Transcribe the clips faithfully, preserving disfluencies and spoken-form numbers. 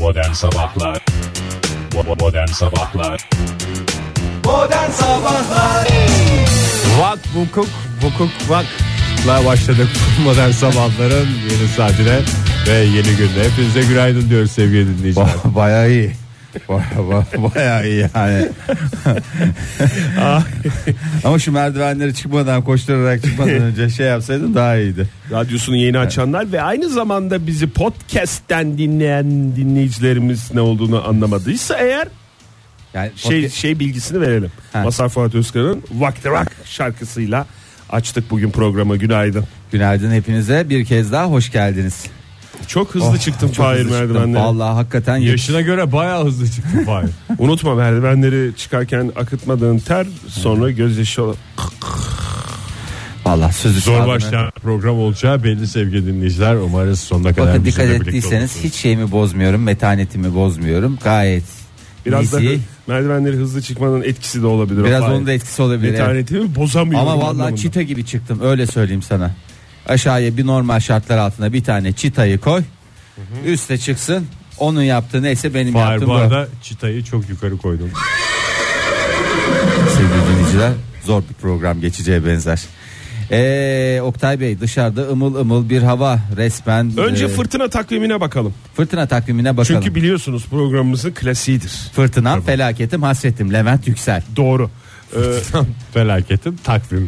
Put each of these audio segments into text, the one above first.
Modern Sabahlar Modern Sabahlar Modern Sabahlar Vak vukuk vukuk vakla başladık Modern Sabahların yeni saatine ve yeni günde. Hepinize günaydın diyoruz sevgili dinleyiciler. Ba- bayağı iyi. Bayağı, bayağı iyi yani. Ama şu merdivenleri çıkmadan, koşturarak çıkmadan önce şey yapsaydın daha iyiydi. Radyosunu yeni açanlar ve aynı zamanda bizi podcast'ten dinleyen dinleyicilerimiz ne olduğunu anlamadıysa eğer Yani şey podcast... şey bilgisini verelim. Ha. Mazhar Fuat Özkan'ın Vakti Rock şarkısıyla açtık bugün programı. Günaydın. Günaydın hepinize, bir kez daha hoş geldiniz. Çok hızlı Oh, çıktım çok Fahir hızlı çıktım. merdivenleri. Vallahi hakikaten Yaşına göre bayağı hızlı çıktı Fahir. Unutma, merdivenleri çıkarken akıtmadığın ter sonra gözyaşı olan. Vallahi sözü Zor çaldım. başlayan program olacağı belli sevgili dinleyiciler. Umarız sonuna kadar Bakın bizimle dikkat birlikte ettiyseniz olursunuz. hiç şeyimi bozmuyorum, metanetimi bozmuyorum. Gayet Biraz da easy. merdivenleri hızlı çıkmanın etkisi de olabilir. Biraz Fahir. onun da etkisi olabilir. evet. Metanetimi bozamıyorum. Ama vallahi anlamında. çita gibi çıktım, öyle söyleyeyim sana. Aşağıya bir normal şartlar altında bir tane çitayı koy. Üste çıksın. Onun yaptığı neyse benim Fahir yaptığım bu bu. arada çıtayı çok yukarı koydum. Sevgili dinleyiciler, zor bir program geçeceğe benzer. Ee, Oktay Bey, dışarıda ımıl ımıl bir hava resmen. Önce e, fırtına takvimine bakalım. fırtına takvimine bakalım. Çünkü biliyorsunuz programımızın klasiğidir. Fırtınam, felaketim, hasretim. Levent Yüksel. Doğru. Ee, Felaketin takvimi.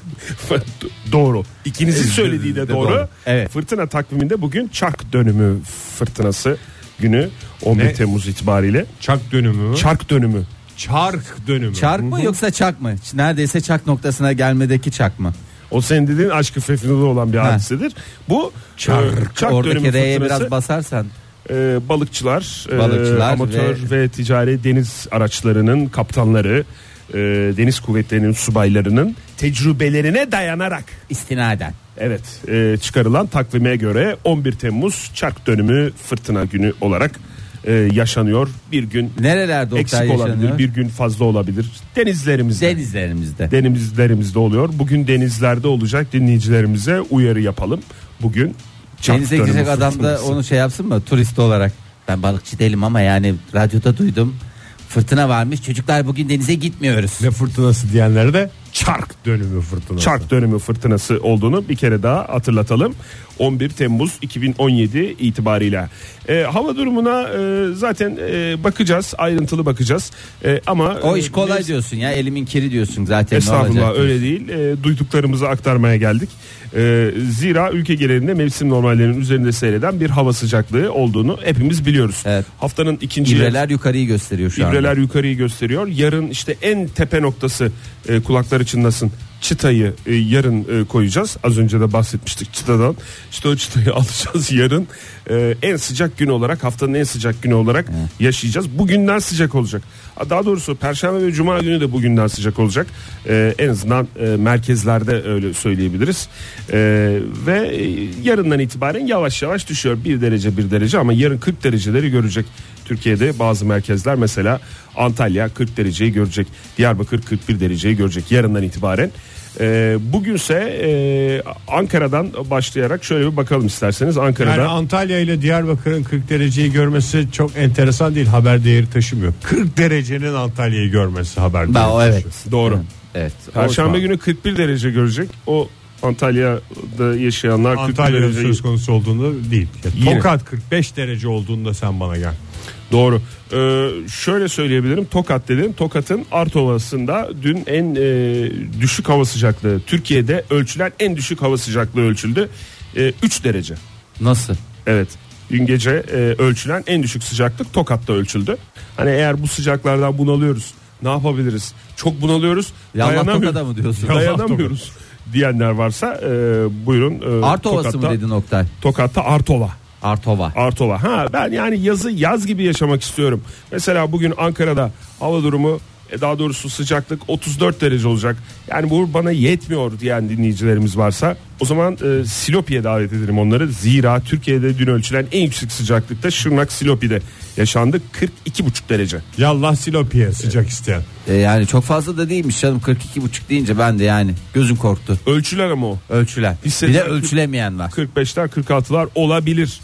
doğru. İkinizin söylediği de doğru. Doğru. Evet. Fırtına takviminde bugün Çark dönümü fırtınası günü on bir Ne? Temmuz itibariyle. Çak dönümü mü? Çark dönümü. Çark dönümü. Çark mı yoksa çak mı? Neredeyse çak noktasına gelmedeki çak mı? O senin dediğin Aşk-ı Fefna'da olan bir Ha. hadisedir. Bu Çark. e, Çark Oradaki dönümü R'ye fırtınası biraz basarsan. e, balıkçılar, e, Balıkçılar amatör ve... ve- ticari deniz araçlarının kaptanları, e, deniz kuvvetlerinin subaylarının tecrübelerine dayanarak istinaden. evet e, çıkarılan takvime göre on bir Temmuz Çark dönümü fırtına günü olarak e, yaşanıyor. Bir gün Nerelerde eksik Oktay olabilir, yaşanıyor? bir gün fazla olabilir. Denizlerimizde. Denizlerimizde. Denizlerimizde oluyor. Bugün denizlerde olacak, dinleyicilerimize uyarı yapalım. Bugün Çark Denize dönümü girecek adam da fırtınası. onu şey yapsın mı turist olarak? Ben balıkçı değilim ama yani radyoda duydum. Fırtına varmış, çocuklar bugün denize gitmiyoruz. Ne fırtınası diyenlere de çark dönümü fırtınası. Çark dönümü fırtınası olduğunu bir kere daha hatırlatalım. on bir Temmuz iki bin on yedi itibariyle. E, hava durumuna e, zaten e, bakacağız, ayrıntılı bakacağız. E, ama O iş kolay e, diyorsun ya, elimin kiri diyorsun zaten. Ne Estağfurullah, olacak öyle diyorsun. değil. E, duyduklarımızı aktarmaya geldik. E, zira ülke genelinde mevsim normallerinin üzerinde seyreden bir hava sıcaklığı olduğunu hepimiz biliyoruz. Evet. Haftanın ikinci İbreler yukarıyı gösteriyor şu anda. İbreler yukarıyı gösteriyor. Yarın işte en tepe noktası, e, kulakları çınlasın, çıtayı e, yarın e, koyacağız. Az önce de bahsetmiştik çıtadan. İşte o çıtayı alacağız yarın. E, en sıcak gün olarak, haftanın en sıcak günü olarak yaşayacağız. Bugünden sıcak olacak. Daha doğrusu Perşembe ve Cuma günü de bugünden sıcak olacak. E, en azından e, merkezlerde öyle söyleyebiliriz. E, ve e, yarından itibaren yavaş yavaş düşüyor. Bir derece bir derece ama yarın kırk dereceleri görecek. Türkiye'de bazı merkezler, mesela Antalya kırk dereceyi görecek. Diyarbakır kırk bir dereceyi görecek yarından itibaren. E, bugünse e, Ankara'dan başlayarak şöyle bir bakalım isterseniz. Ankara'da Yani Antalya ile Diyarbakır'ın kırk dereceyi görmesi çok enteresan değil, haber değeri taşımıyor. kırk derecenin Antalya'yı görmesi haber değeri Ba, o evet. taşıyor. doğru. Evet. Perşembe O- günü kırk bir derece görecek. O Antalya'da yaşayanlar kırk bir Antalya'nın derece. söz konusu olduğunda değil. Ya, Yine. Tokat kırk beş derece olduğunda sen bana gel. Doğru. Ee, şöyle söyleyebilirim. Tokat dedim. Tokat'ın Artova'sında dün en e, düşük hava sıcaklığı, Türkiye'de ölçülen en düşük hava sıcaklığı ölçüldü. E, üç derece. Nasıl? Evet. Dün gece e, ölçülen en düşük sıcaklık Tokat'ta ölçüldü. Hani eğer bu sıcaklardan bunalıyoruz, ne yapabiliriz? Çok bunalıyoruz. Yallah dayanamıyoruz. Tokat'a mı diyorsun? Dayanamıyoruz diyenler varsa e, buyurun. E, Artova'sı Tokat'ta, mı dedin Oktay? Tokat'ta Artova. Artova. Artova. Ha, ben yani yazı yaz gibi yaşamak istiyorum. Mesela bugün Ankara'da hava durumu, e, daha doğrusu sıcaklık otuz dört derece olacak. Yani bu bana yetmiyor diyen dinleyicilerimiz varsa o zaman e, Silopi'ye davet edelim onları. Zira Türkiye'de dün ölçülen en yüksek sıcaklıkta Şırnak Silopi'de yaşandı, kırk iki buçuk derece. Yallah Silopi'ye sıcak isteyen. E yani çok fazla da değilmiş canım, kırk iki buçuk deyince ben de yani gözüm korktu. Ölçüler ama o. Ölçüler. Bir de Hissedilen ölçülemeyen var. kırk beşler kırk altılar olabilir.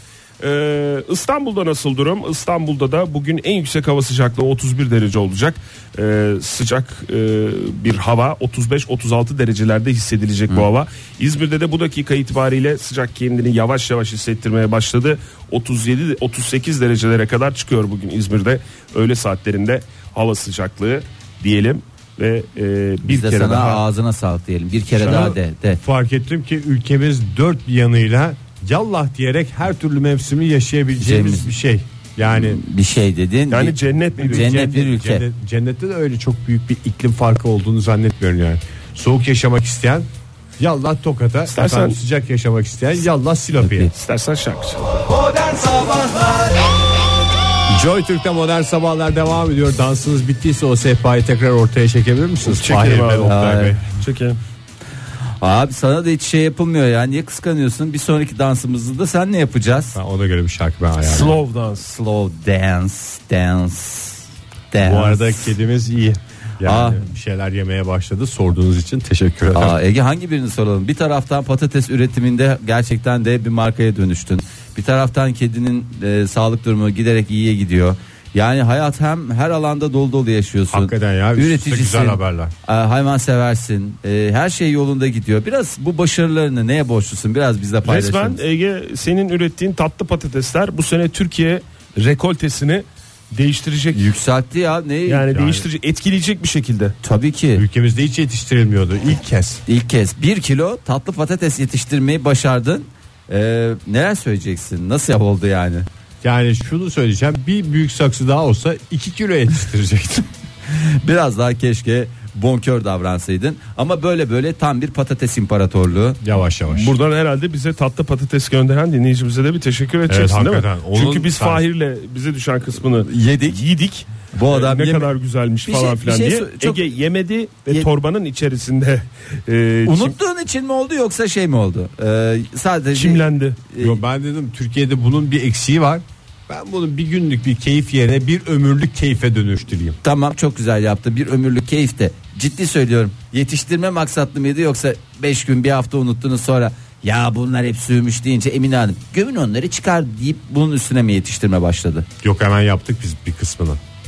Ee, İstanbul'da nasıl durum? İstanbul'da da bugün en yüksek hava sıcaklığı otuz bir derece olacak. Ee, sıcak e, bir hava, otuz beş otuz altı derecelerde hissedilecek Hı. bu hava. İzmir'de de bu dakika itibariyle sıcak kendini yavaş yavaş hissettirmeye başladı. otuz yedi otuz sekiz derecelere kadar çıkıyor bugün İzmir'de. Öğle saatlerinde hava sıcaklığı diyelim. Ve e, bir Biz de kere sana daha ağzına sağlık diyelim. Bir kere Sana daha de, de. Fark ettim ki ülkemiz dört yanıyla yallah diyerek her türlü mevsimi yaşayabileceğimiz Cemiz. bir şey. Yani Bir şey dedin. yani bir, cennet bir cennet bir ülke. Cennet, cennette de öyle çok büyük bir iklim farkı olduğunu zannetmiyorum yani. Soğuk yaşamak isteyen yallah Tokat'a, İstersen- efendim sıcak yaşamak isteyen yallah Silopi'ye. istersen şarkı çal. Modern Sabahlar Joy Türk'te modern sabahlar devam ediyor. Dansınız bittiyse o sehpayı tekrar ortaya çekebilir misiniz? Çekelim Fahir abi. ve Oktay Ay. Bey. Çekelim. Abi sana da hiç şey yapılmıyor ya. Niye kıskanıyorsun? Bir sonraki dansımızda da sen ne yapacağız? Ben ona göre bir şarkı ben ayarladım. Slow dance. Slow dance, dance, dance. Bu arada kedimiz iyi. Yani Aa. bir şeyler yemeye başladı. Sorduğunuz için teşekkür ederim. Aa, Ege hangi birini soralım? Bir taraftan patates üretiminde gerçekten de bir markaya dönüştün. Bir taraftan kedinin e, sağlık durumu giderek iyiye gidiyor. Yani hayat hem her alanda dolu dolu yaşıyorsun. Hakikaten ya, üst üste Üreticisin. güzel haberler. e, hayvan seversin. E, her şey yolunda gidiyor. Biraz bu başarılarını neye borçlusun? Biraz bizle paylaşalım. Resmen Ege senin ürettiğin tatlı patatesler bu sene Türkiye rekoltesini değiştirecek. Yükseltti ya. Ne? Yani, değiştirecek, etkileyecek bir şekilde. Tabii ki. Ülkemizde hiç yetiştirilmiyordu ilk kez. İlk kez bir kilo tatlı patates yetiştirmeyi başardın. E, neler söyleyeceksin? Nasıl oldu yani? Yani şunu söyleyeceğim, bir büyük saksı daha olsa iki kilo yetiştirecektim. Biraz daha keşke bonkör davransaydın. Ama böyle böyle tam bir patates imparatorluğu. Yavaş yavaş. Buradan herhalde bize tatlı patates gönderen dinleyicimize de bir teşekkür edeceksin Evet, değil mi? hakikaten. Onun Çünkü biz sayesinde- Fahir'le bize düşen kısmını Yedik. yedik. Bu adam Ee, ne yeme- kadar güzelmiş Bir falan şey- filan bir şey diye. sö- çok- Ege yemedi ve Ye- torbanın içerisinde e, Unuttuğun için mi oldu yoksa şey mi oldu? Ee, sadece çimlendi. Yo, ben dedim Türkiye'de bunun bir eksiği var. Ben bunu bir günlük bir keyif yerine bir ömürlük keyfe dönüştüreyim. Tamam, çok güzel yaptı. Bir ömürlük keyif de. Ciddi söylüyorum. Yetiştirme maksatlı mıydı yoksa beş gün bir hafta unuttunuz sonra ya bunlar hep sığmış deyince Emine Hanım gömün onları çıkar deyip bunun üstüne mi yetiştirme başladı? Yok, hemen yaptık biz bir kısmını.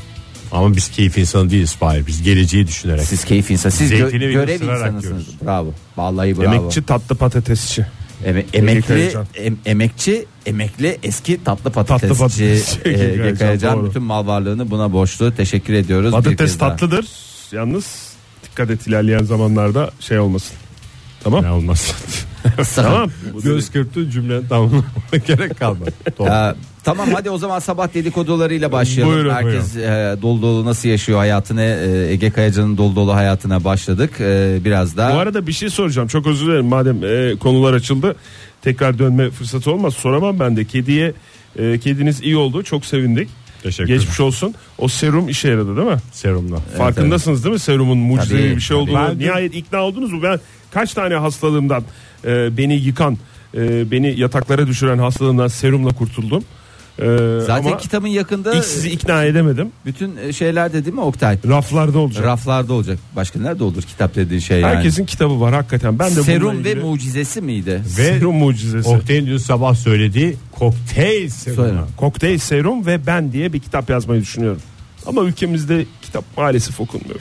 Ama biz keyif insanı değiliz Fahir. Biz geleceği düşünerek. Siz keyif insanı, siz gö- Zeytini görev ısırarak insanısınız. yiyoruz. Bravo. Vallahi bravo. Emekçi tatlı patatesçi. Eme- emekli Kayacan. em- emekçi emekli eski tatlı patatesçi Tatlı patatesçi e, Ege Ege Kayacan, Kayacan doğru. bütün mal varlığını buna borçlu. Teşekkür ediyoruz. Bir Patates kez daha. tatlıdır. Yalnız dikkat et ilerleyen zamanlarda şey olmasın. Tamam. Ne olmaz. Tamam. Göz kırptığın cümlenin tamamına gerek kalmadı. Doğru. Ee, tamam hadi o zaman sabah dedikodularıyla başlayalım. Buyurun, Herkes e, dolu dolu nasıl yaşıyor hayatını, e, Ege Kayacan'ın dolu dolu hayatına başladık. E, biraz daha. Bu arada bir şey soracağım. Çok özür dilerim. Madem e, konular açıldı. Tekrar dönme fırsatı olmaz. Soramam ben de. Kediye e, kediniz iyi oldu. Çok sevindik. Teşekkür ederim. Geçmiş olsun. O serum işe yaradı değil mi? Serumla. Farkındasınız değil mi serumun mucizevi Tabii, bir şey olduğunu? tabii. Ben de- Nihayet ikna oldunuz mu? Ben kaç tane hastalığımdan e, beni yıkan, e, beni yataklara düşüren hastalığımdan serumla kurtuldum. E, Zaten ama kitabın yakında ilk sizi ikna edemedim. bütün e, şeylerde değil mi Oktay? Raflarda olacak. Raflarda olacak. Başka nerede olur kitap dediğin şey yani? Herkesin kitabı var hakikaten. Ben de Serum bununla ve ilgili- mucizesi miydi? Ve serum mucizesi. Oktay'ın dün sabah söylediği kokteyl serumu. Söyle. Kokteyl Serum ve Ben diye bir kitap yazmayı düşünüyorum. Ama ülkemizde kitap maalesef okunmuyor.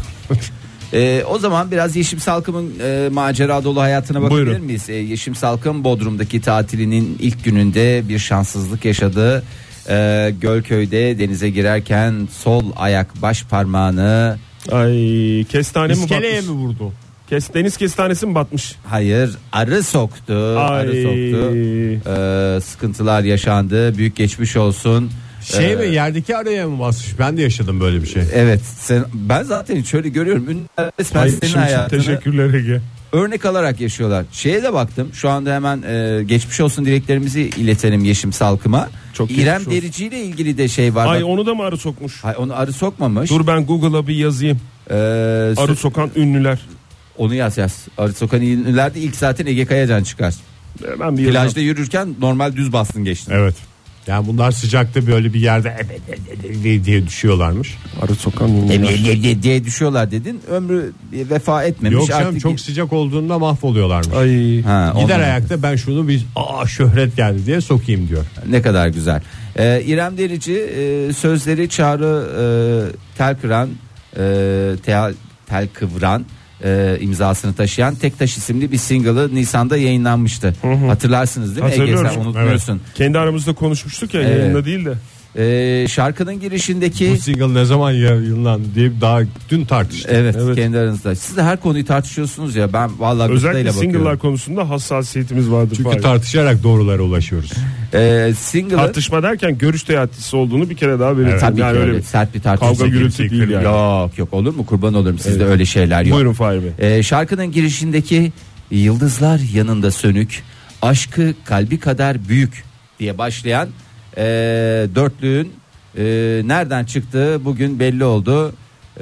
Ee, o zaman biraz Yeşim Salkım'ın e, macera dolu hayatına bakabilir Buyurun. miyiz? Ee, Yeşim Salkım Bodrum'daki tatilinin ilk gününde bir şanssızlık yaşadı. Ee, Gölköy'de denize girerken sol ayak baş parmağını, Ay kestane mi İskeleye batmış? mi vurdu? Kes, deniz kestanesi mi batmış? hayır arı soktu. Arı Ay. soktu. Ee, sıkıntılar yaşandı. Büyük geçmiş olsun. Şey Ee, mi, yerdeki araya mı basmış? Ben de yaşadım böyle bir şey. Evet, sen, ben zaten şöyle görüyorum. Ünlüler resmen Ay, senin şimdi hayatını teşekkürler Ege. örnek alarak yaşıyorlar. Şeye de baktım. Şu anda hemen e, geçmiş olsun dileklerimizi iletelim Yeşim Salkım'a. Çok geçmiş İrem olsun. Derici ile ilgili de şey var. Ay Bak- onu da mı arı sokmuş? Hay, onu arı sokmamış. Dur ben Google'a bir yazayım. Ee, Arı sö- sokan ünlüler. onu yaz yaz. Arı sokan ünlülerde ilk zaten Ege Kayacan çıkar. Ben bir yazayım. Plajda yürürken normal düz bastın geçtin. Evet. Yani bunlar sıcakta böyle bir yerde diye düşüyorlarmış. Arı sokan diye, diye düşüyorlar dedin. Ömrü vefa etmemiş. Yok canım, artık çok sıcak olduğunda mahvoluyorlarmış. Ay. Ha, Gider ondan. ayakta ben şunu bir aa şöhret geldi diye sokayım diyor. Ne kadar güzel. Ee, İrem Derici e, sözleri Çağrı e, Telkıran e, tel, Telkıvran e, imzasını taşıyan Tek Taş isimli bir single'ı Nisan'da yayınlanmıştı. Hı hı. Hatırlarsınız değil mi? Ege, Hatırlıyorum. sen unutmuyorsun. Evet. Kendi aramızda konuşmuştuk ya, Evet. yayında değil de. Ee, şarkının girişindeki Bu single ne zaman yayınlandı diye daha dün tartıştık. evet, Evet. kendi aranızda. Siz de her konuyu tartışıyorsunuz ya. Ben vallahi Özellikle gıptayla single'lar bakıyorum. konusunda hassasiyetimiz vardır. Çünkü Fahir. tartışarak doğrulara ulaşıyoruz. Ee, single'ı Tartışma derken görüş teatisi olduğunu bir kere daha belirtelim. Evet, tabii yani ki öyle öyle bir sert bir tartışma. kavga gürültü kimseyi değil yani. Yok yok, olur mu, kurban olurum, sizde öyle şeyler yok. Buyurun Fahir Bey. Ee, şarkının girişindeki yıldızlar yanında sönük, aşkı kalbi kadar büyük diye başlayan e, dörtlüğün e, nereden çıktığı bugün belli oldu.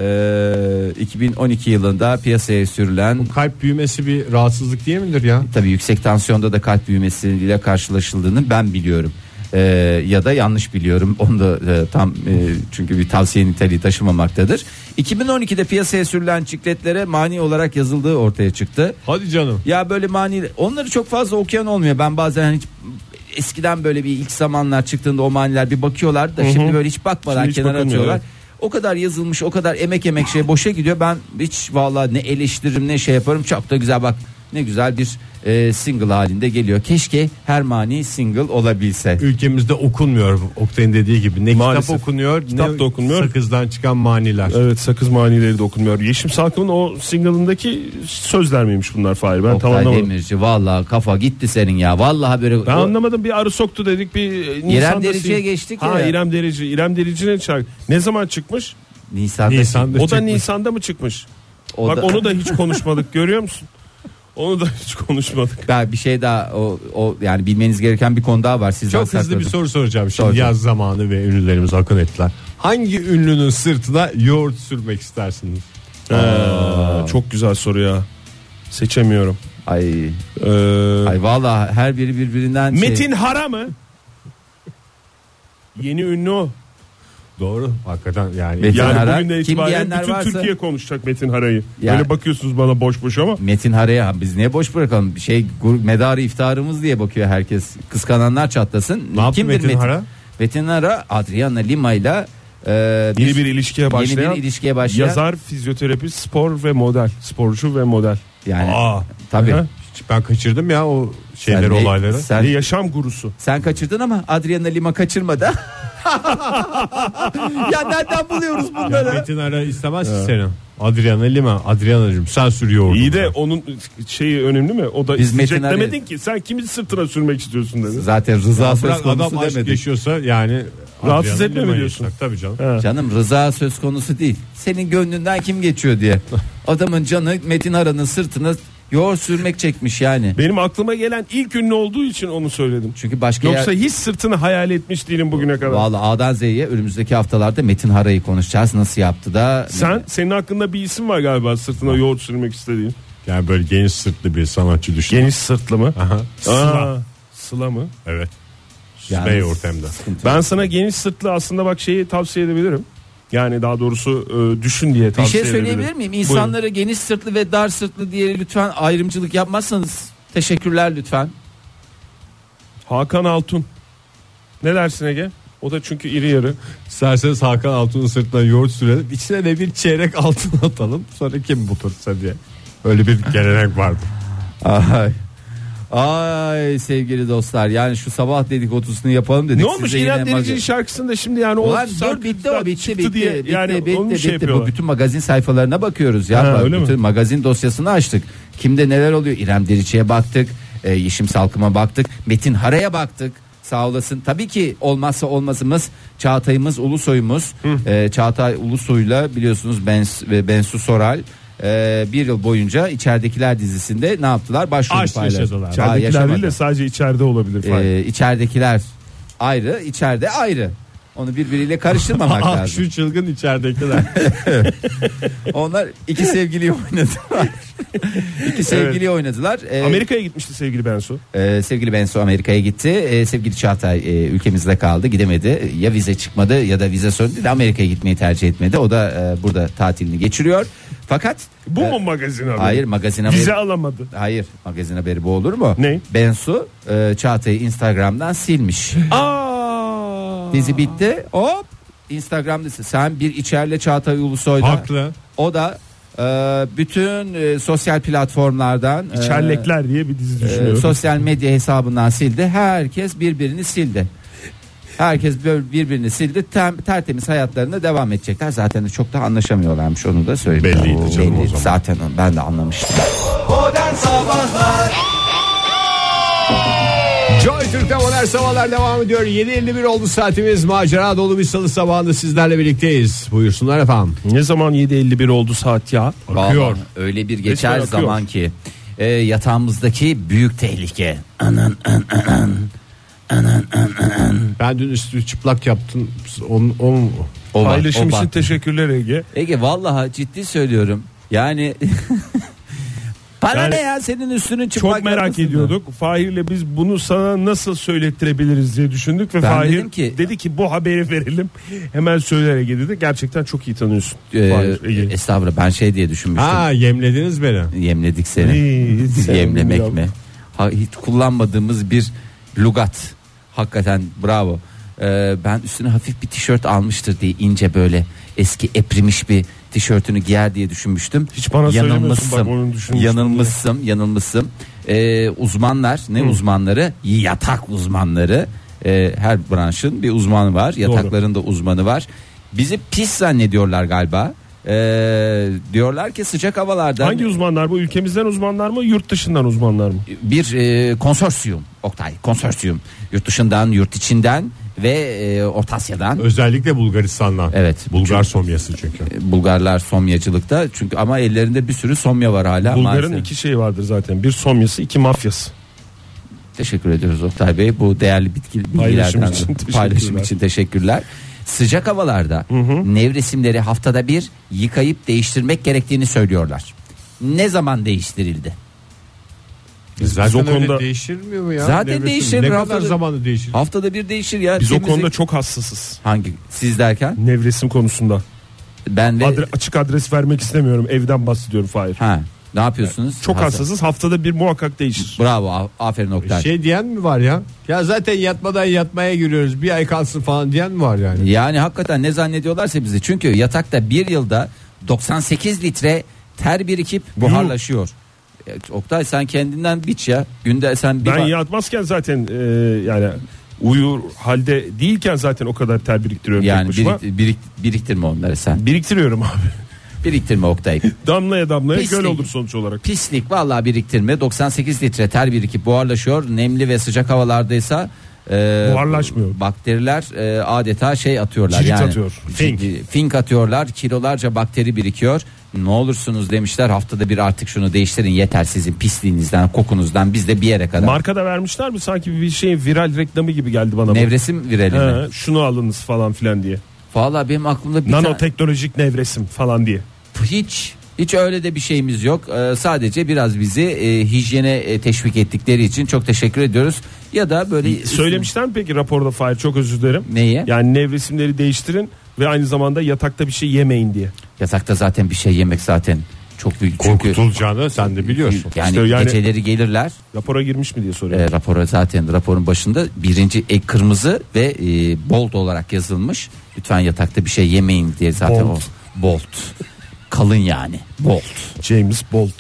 E, iki bin on iki yılında piyasaya sürülen, Kalp büyümesi bir rahatsızlık değil midir ya? tabii yüksek tansiyonda da kalp büyümesiyle karşılaşıldığını ben biliyorum. Ee, ya da yanlış biliyorum onu da e, tam e, çünkü bir tavsiye niteliği taşımamaktadır. iki bin on ikide piyasaya sürülen çikletlere mani olarak yazıldığı ortaya çıktı. Hadi canım. Ya böyle mani, onları çok fazla okuyan olmuyor. Ben bazen hiç, eskiden böyle bir ilk zamanlar çıktığında o maniler bir bakıyorlar da, şimdi böyle hiç bakmadan Şimdi hiç kenara bakılmıyor, atıyorlar. evet. O kadar yazılmış, o kadar emek emek şey boşa gidiyor. Ben hiç vallahi ne eleştiririm ne şey yaparım. Çok da güzel, bak ne güzel bir e, single halinde geliyor. Keşke her mani single olabilse. Ülkemizde okunmuyor Oktay'ın dediği gibi. Ne Maalesef. kitap okunuyor, Kitap ne da okunmuyor. sakızdan çıkan maniler. Evet, sakız manileri de okunmuyor. Yeşim Salkım'ın o single'ındaki sözler miymiş bunlar Fahir? Ben tam Oktay anlamadım. Demirci, vallahi kafa gitti senin ya. Vallahi böyle Ben o- anlamadım, bir arı soktu dedik, bir Nisan'da İrem Derici'ye sing- geçtik ha, ya. İrem Derici. İrem Derici'nin şarkı. Ne zaman çıkmış? Nisan'da, Nisan'da O da çıkmış. Nisan'da mı çıkmış? O Bak da- onu da hiç konuşmadık, görüyor musun? Onu da hiç konuşmadık. Ben bir şey daha, o, o yani bilmeniz gereken bir konu daha var. Sizden Çok hızlı sakladım. bir soru soracağım. Şimdi Soracağım. yaz zamanı ve ünlülerimiz akın ettiler. Hangi ünlünün sırtına yoğurt sürmek istersiniz? Aa, çok güzel soru ya. Seçemiyorum. Ay, Ee, ay vallahi her biri birbirinden şey- Metin Hara mı? Yeni ünlü o. Doğru. Hakikaten yani. Metin Yani Hara, bugün de kim itibaren diyenler bütün varsa- Türkiye konuşacak Metin Hara'yı. Ya- Böyle bakıyorsunuz bana boş boş ama. Metin Hara'ya biz niye boş bırakalım? Bir şey gur- medarı iftarımız diye bakıyor herkes. Kıskananlar çatlasın. Ne yaptı Metin Hara? Metin Hara Adriana Lima ile e, Yeni bir ilişkiye başlayan, yeni bir ilişkiye başlayan yazar, fizyoterapist, spor ve model. Sporcu ve model. yani Aa, tabii. Aha. hiç ben kaçırdım ya o şeyleri, Sen ne- olayları. Sen, Bir yaşam gurusu. sen kaçırdın ama Adriana Lima kaçırmadı. Ya nereden buluyoruz Ya bunları? Metin Ara istemez ki seni. Adriana Lima, Adriana'cığım sen sürüyor. İyi de onun şeyi önemli mi? O da Biz isteyecek Metin Hara'yı- demedin ki. Sen kimin sırtına sürmek istiyorsun dedin. Zaten rıza söz Bırak adam konusu aşk demedik. yaşıyorsa yani Rahatsız Adriana etme mi Lima'yı diyorsun? yaşasak, tabii canım. Ha. Canım rıza söz konusu değil. Senin gönlünden kim geçiyor diye. Adamın canı Metin Ara'nın sırtına yoğurt sürmek çekmiş yani. Benim aklıma gelen ilk ünlü olduğu için onu söyledim. Çünkü başka Yoksa yer... hiç sırtını hayal etmiş değilim bugüne kadar. Vallahi A'dan Z'ye önümüzdeki haftalarda Metin Hara'yı konuşacağız. Nasıl yaptı da. Sen, senin hakkında bir isim var galiba sırtına yoğurt sürmek istediğin. Yani böyle geniş sırtlı bir sanatçı düşün. Geniş sırtlı mı? Aha. Sıla. Aa, Sıla mı? Evet. Yani- Süme yoğurt hem de. Ben sana geniş sırtlı aslında bak şeyi tavsiye edebilirim. Yani daha doğrusu e, düşün diye Bir tavsiye şey edebilirim. söyleyebilir miyim? İnsanları geniş sırtlı ve dar sırtlı diye lütfen ayrımcılık yapmazsanız teşekkürler lütfen. Hakan Altun. Ne dersin Ege? O da çünkü iri yarı. İsterseniz Hakan Altun'un sırtına yoğurt sürelim. İçine de bir çeyrek altın atalım. Sonra kim butursa diye. Öyle bir gelenek vardı. Ay. Ay sevgili dostlar, yani şu sabah dedikodusunu yapalım dedik. Ne olmuş Size İrem yine Derici'nin magi- şarkısında şimdi yani o Ulan dur şarkı bitti o bitti çıktı bitti diye bitti yani bitti, onu bitti, şey bitti. Bu yapıyorlar. bütün magazin sayfalarına bakıyoruz ya. Ha, Bak, öyle bütün mi? magazin dosyasını açtık. Kimde neler oluyor? İrem Derici'ye baktık. E, Yeşim Salkım'a baktık. Metin Hara'ya baktık. Sağ olasın. Tabii ki olmazsa olmazımız Çağatay'ımız, Ulusoy'umuz. E, Çağatay Ulusoy'la biliyorsunuz Bens ve Bensu Soral e, bir yıl boyunca İçeridekiler dizisinde ne yaptılar? Başrol Aşk paylaştılar. yaşadılar. Aa, İçeridekiler değil yaşamadı. de sadece içeride olabilir. falan. Ee, içeridekiler ayrı, içeride ayrı. Onu birbiriyle karıştırmamak Ah lazım. şu çılgın içeridekiler. Onlar iki sevgili oynadılar. İki sevgili evet. oynadılar. Ee, Amerika'ya gitmişti sevgili Bensu. E, sevgili Bensu Amerika'ya gitti. E, sevgili Çağatay e, ülkemizde kaldı, gidemedi. Ya vize çıkmadı ya da vize sorunu değil, Amerika'ya gitmeyi tercih etmedi. O da e, burada tatilini geçiriyor. Fakat bu e, mu magazin haberi? Hayır, magazin haberi. Vize alamadı. Hayır, magazin haberi bu olur mu? Ne? Bensu e, Çağatay'ı Instagram'dan silmiş. Aa! Dizi bitti. Hop. Instagram'da sen bir içerle Çağatay Ulusoy'da. Haklı. O da e, bütün e, sosyal platformlardan İçerlekler e, diye bir dizi düşünüyorum. E, sosyal medya hesabından sildi. Herkes birbirini sildi. Herkes böyle birbirini sildi. Tem, tertemiz hayatlarına devam edecekler. Zaten de çok da anlaşamıyorlarmış, onu da söyleyeyim. Belliydi canım Belli. o zaman. Zaten ben de anlamıştım. Modern Sabahlar. Joy Türk'te modern sabahlar devam ediyor. yedi elli bir oldu saatimiz. Macera dolu bir salı sabahında sizlerle birlikteyiz. Buyursunlar efendim. Ne zaman yedi elli bir oldu saat ya? Akıyor. Vallahi öyle bir geçer akıyor. zaman ki e, yatağımızdaki büyük tehlike. Anan an an an an an. Ben dün üstü çıplak yaptım. On, on... O bak, Paylaşım o için bak. teşekkürler Ege. Ege vallahi ciddi söylüyorum. Yani para Yani ne ya senin üstünün çıplak Çok merak yapmasın ediyorduk. Fahir'le biz bunu sana nasıl söylettirebiliriz diye düşündük ve Ben Fahir dedim ki- dedi ki bu haberi verelim. Hemen söyler Ege dedi. Gerçekten çok iyi tanıyorsun. Ee, Fahir, Ege. estağfurullah, ben şey diye düşünmüştüm. Ha, yemlediniz beni. Yemledik seni. İyi, sen Yemlemek bunu mi? yap. Ha, hiç kullanmadığımız bir lugat. Hakikaten bravo. Ee, ben üstüne hafif bir tişört almıştır diye, ince böyle eski eprimiş bir tişörtünü giyer diye düşünmüştüm. Hiç bana söylemiyorsun bak, onu düşünmüştüm Yanılmışsın, yanılmışsın. Ee, uzmanlar, ne Hı. uzmanları? Yatak uzmanları. Ee, her branşın bir uzmanı var. Yatakların da uzmanı var. Bizi pis zannediyorlar galiba. Ee, diyorlar ki sıcak havalarda Hangi uzmanlar bu? Ülkemizden uzmanlar mı, yurt dışından uzmanlar mı? bir e, konsorsiyum, Oktay, konsorsiyum, yurt dışından, yurt içinden ve e, Orta Asya'dan. Özellikle Bulgaristan'dan. Evet. Bulgar Çünkü- somyası çünkü. E, Bulgarlar somyacılıkta çünkü, ama ellerinde bir sürü somya var hala. Bulgar'ın maalesef. iki şeyi vardır zaten. Bir somyası, iki mafyası. Teşekkür ediyoruz Oktay Bey bu değerli bitki Paylaşım bilgilerden, için teşekkürler. paylaşım için teşekkürler. Sıcak havalarda nevresimleri haftada bir yıkayıp değiştirmek gerektiğini söylüyorlar. Ne zaman değiştirildi? Zaten o konuda- öyle değiştirmiyor mu ya? Zaten Nevresim değişir, Ne kadar haftada- zamanı değişir? Haftada bir değişir ya. Biz o Temizlik- konuda çok hassasız. Hangi? Siz derken? Nevresim konusunda. Ben de Adre- açık adres vermek istemiyorum. Evden bahsediyorum Fahir. ha, ne yapıyorsunuz? Çok Hassas. hassasız. Haftada bir muhakkak değişir. Bravo, a- aferin Oktay. Şey diyen mi var ya? Ya zaten yatmadan yatmaya giriyoruz. Bir ay kalsın falan diyen mi var yani? Yani hakikaten ne zannediyorlarsa bizi. Çünkü yatakta bir yılda doksan sekiz litre ter birikip buharlaşıyor. E, Oktay sen kendinden biç ya. Günde sen bir Ben ba- yatmazken zaten e, yani uyur halde değilken zaten o kadar ter biriktiriyorum tek yani başıma. birik- birik- biriktirme onları sen. Biriktiriyorum abi. Biriktirme Oktay. Damlaya damlaya Pislik. göl olur sonuç olarak. Pislik vallahi biriktirme. doksan sekiz litre ter birikip buharlaşıyor. Nemli ve sıcak havalardaysa e, Buharlaşmıyor. bakteriler e, adeta şey atıyorlar. Cirit yani, atıyor. Fink. Ciddi- Fink atıyorlar. Kilolarca bakteri birikiyor. Ne olursunuz demişler, haftada bir artık şunu değiştirin, yeter sizin pisliğinizden, kokunuzdan, biz de bir yere kadar. Marka da vermişler mi? Sanki bir şeyin viral reklamı gibi geldi bana. bu. Nevresim vireli mi? He, şunu alınız falan filan diye. Vallahi benim aklımda bir tane- Nanoteknolojik nevresim falan diye. hiç hiç öyle de bir şeyimiz yok. Ee, sadece biraz bizi e, hijyene e, teşvik ettikleri için çok teşekkür ediyoruz. Ya da böyle Söylemişler mi peki raporda Fahir? Çok özür dilerim. Neyi? Yani nevresimleri değiştirin ve aynı zamanda yatakta bir şey yemeyin diye. Yatakta zaten bir şey yemek zaten çok büyük. Çünkü Korkutulacağını sen de biliyorsun. yani, İşte yani- geceleri gelirler. Rapora girmiş mi diye soruyorum. E, rapora zaten raporun başında birinci ek kırmızı ve e, bold olarak yazılmış. Lütfen yatakta bir şey yemeyin diye zaten Bold. o bold. Kalın yani. Bold. James Bolt.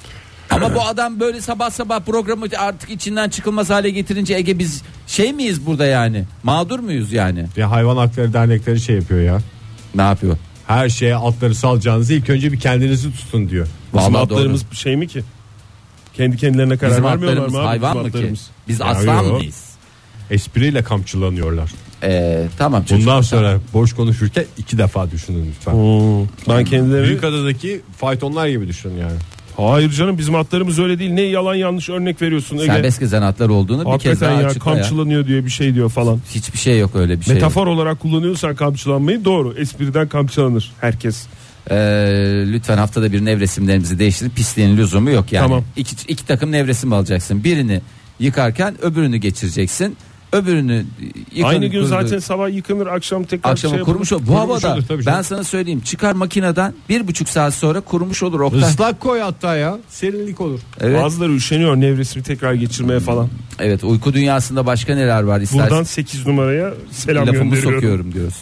Ama bu adam böyle sabah sabah programı artık içinden çıkılmaz hale getirince Ege biz şey miyiz burada yani? Mağdur muyuz yani? Ya hayvan hakları dernekleri şey yapıyor ya. Ne yapıyor? Her şeye atları salacağınızı ilk önce bir kendinizi tutun diyor. Bizim Vallahi atlarımız şey mi ki? Kendi kendilerine karar Bizim vermiyorlar atlarımız mı abi? hayvan Bizim mı ki? atlarımız? Biz Ya aslan yok. mıyız? Espriyle kamçılanıyorlar. Ee, tamam Bundan çocuklar. sonra boş konuşurken iki defa düşünün lütfen. Hmm. Ben kendilerini Büyükada'daki faytonlar gibi düşünün yani. Hayır canım, bizim atlarımız öyle değil. Ne yalan yanlış örnek veriyorsun Ege. Serbest gezen atlar olduğunu bir kez Hakikaten daha ya, açıkla ya. kamçılanıyor diye bir şey diyor falan. Hiçbir şey yok, öyle bir şey yok. Metafor olarak kullanıyorsan kamçılanmayı, doğru. Espriden kamçılanır herkes. Ee, lütfen haftada bir nevresimlerimizi değiştirip pisliğin lüzumu yok yani. Tamam. İki, iki takım nevresim alacaksın. Birini yıkarken öbürünü geçireceksin. Öbürünü yıkanır, Aynı gün kurudu. zaten sabah yıkanır, akşam tekrar Akşama şey kurumuş olur. Bu Kurumuş havada olur tabii ben canım. sana söyleyeyim, çıkar makineden bir buçuk saat sonra kurumuş olur Oktay. Islak koy hatta ya, serinlik olur. Evet. Bazıları üşeniyor nevresimi tekrar geçirmeye falan. Evet, uyku dünyasında başka neler var istersen. Buradan sekiz numaraya selam lafımı gönderiyorum. sokuyorum diyorsun.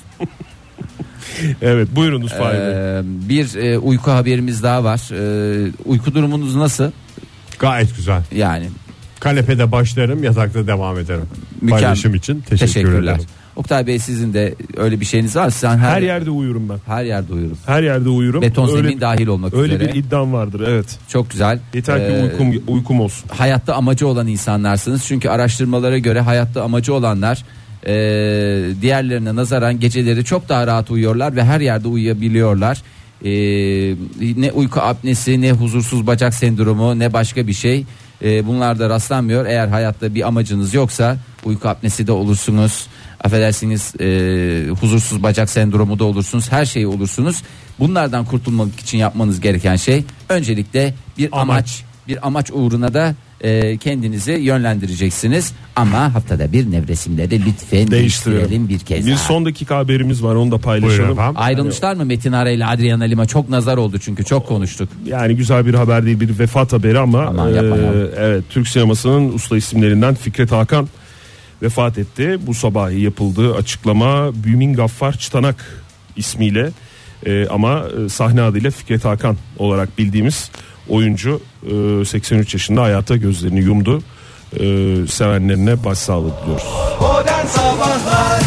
Evet, buyurunuz Fahir Bey. Ee, bir e, uyku haberimiz daha var. Ee, uyku durumunuz nasıl? Gayet güzel. Yani Kanepede başlarım, yatakta devam ederim. Mükemmel. Paylaşım için teşekkür teşekkürler. ederim. Oktay Bey, sizin de öyle bir şeyiniz var. Sen her, Her yerde uyurum ben. her yerde uyurum. Her yerde uyurum. Beton öyle, zemin dahil olmak öyle üzere. bir iddiam vardır, evet. Çok güzel. Yeter ki Ee, uykum uykum olsun. hayatta amacı olan insanlarsınız. Çünkü araştırmalara göre hayatta amacı olanlar e, diğerlerine nazaran geceleri çok daha rahat uyuyorlar ve her yerde uyuyabiliyorlar. E, ne uyku apnesi, ne huzursuz bacak sendromu, ne başka bir şey. E, bunlar da rastlanmıyor. Eğer hayatta bir amacınız yoksa uyku apnesi de olursunuz. Affedersiniz, e, huzursuz bacak sendromu da olursunuz. Her şeyi olursunuz. Bunlardan kurtulmak için yapmanız gereken şey öncelikle bir amaç, Amaç. bir amaç uğruna da e, kendinizi yönlendireceksiniz. Ama haftada bir nevresimleri lütfen değiştirelim bir kez Bir daha. son dakika haberimiz var, onu da Buyurun paylaşalım. efendim. Ayrılmışlar mı Metin Ara ile Adriana Lima? Çok nazar oldu çünkü çok konuştuk. Yani güzel bir haber değil, bir vefat haberi ama Aman e, yapma ya. evet, Türk sinemasının usta isimlerinden Fikret Hakan vefat etti. Bu sabah yapıldığı açıklama Bümin Gaffar Çıtanak ismiyle e, ama e, sahne adıyla Fikret Hakan olarak bildiğimiz oyuncu e, seksen üç yaşında hayata gözlerini yumdu. E, sevenlerine başsağlığı diliyoruz. Modern Sabahlar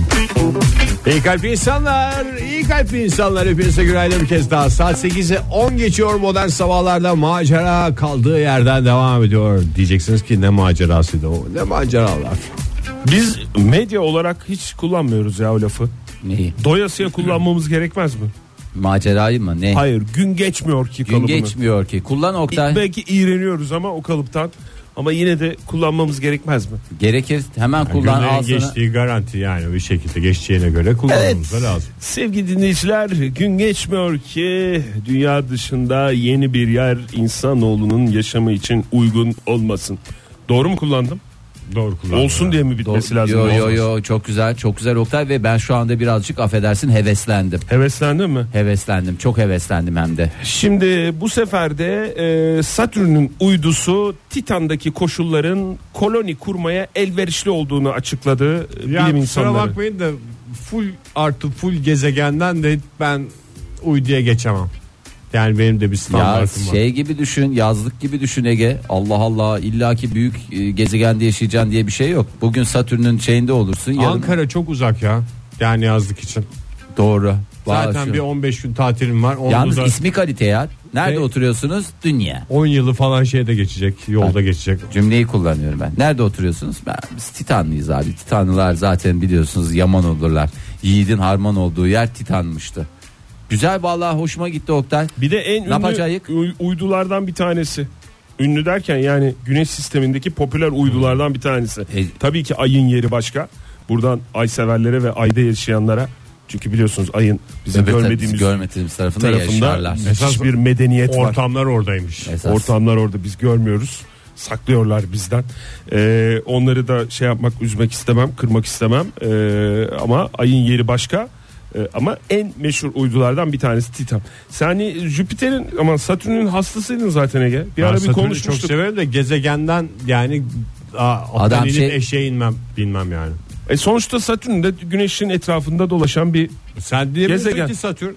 İyi kalpli insanlar, iyi kalpli insanlar, hepinize günaydın bir kez daha. Saat sekize on geçiyor, modern sabahlarda macera kaldığı yerden devam ediyor. Diyeceksiniz ki ne macerasıydı o, ne maceralar. Biz medya olarak hiç kullanmıyoruz ya o lafı. Neyi? Doyasıya kullanmamız gerekmez mi? Macerayı mı? Ne? Hayır, gün geçmiyor ki Gün kalıbını. geçmiyor ki. Kullan Oktay. Belki iğreniyoruz ama o kalıptan, ama yine de kullanmamız gerekmez mi? Gerekir. Hemen kullan, Günlerin al sana. geçtiği garanti, yani bir şekilde geçeceğine göre kullanmamız da lazım. Sevgili dinleyiciler, gün geçmiyor ki dünya dışında yeni bir yer insanoğlunun yaşamı için uygun olmasın. Doğru mu kullandım? Doğru kullandım. Olsun diye mi bitmesi Do- lazım? Yo yo Olmasın. yo, çok güzel, çok güzel Oktay, ve ben şu anda birazcık affedersin heveslendim. Heveslendin mi? Heveslendim, çok heveslendim hem de. Şimdi bu sefer de e, Satürn'ün uydusu Titan'daki koşulların koloni kurmaya elverişli olduğunu açıkladı Ya bilim kusura insanları. bakmayın da full artı full gezegenden de ben uyduya geçemem. Yani benim de bir Ya standartım var. şey gibi düşün, yazlık gibi düşün Ege. Allah Allah, illaki büyük e, gezegende yaşayacaksın diye bir şey yok. Bugün Satürn'ün şeyinde olursun, yarın Ankara çok uzak ya. Yani yazlık için. doğru. Zaten Vallahi bir şu- on beş gün tatilim var. Onda Yalnız da ismi kalite ya. Nerede Ne? oturuyorsunuz? Dünya. on yılı falan şeyde geçecek. Yolda geçecek. Cümleyi kullanıyorum ben. Nerede oturuyorsunuz? Ben, biz Titanlıyız abi. Titanlılar zaten biliyorsunuz yaman olurlar. Yiğidin harman olduğu yer Titan'mıştı. Güzel, vallahi hoşuma gitti Oktay. Bir de en ünlü Lapacayık. uy- uydulardan bir tanesi. Ünlü derken yani Güneş sistemindeki popüler uydulardan bir tanesi. E- Tabii ki ayın yeri başka. Buradan ay severlere ve ayda yaşayanlara, çünkü biliyorsunuz ayın bizim Evet, tabii, görmediğimiz biz görmediğimiz tarafında, tarafında yaşarlar. müthiş bir medeniyet var. Ortamlar oradaymış. Esas. Ortamlar orada, biz görmüyoruz. Saklıyorlar bizden. Ee, onları da şey yapmak, üzmek istemem, kırmak istemem. Ee, ama ayın yeri başka. Ee, ama en meşhur uydulardan bir tanesi Titan. Sen hani Jüpiter'in ama Satürn'ün hastasıydın zaten Ege. Bir Ben ara bir Satürn'ü çok konuşmuştuk. severim de gezegenden yani Adam Adam şey- eşeğe inmem bilmem yani. E sonuçta Satürn de Güneş'in etrafında dolaşan bir Sen diyemiyorsun Gezegen. ki Satürn.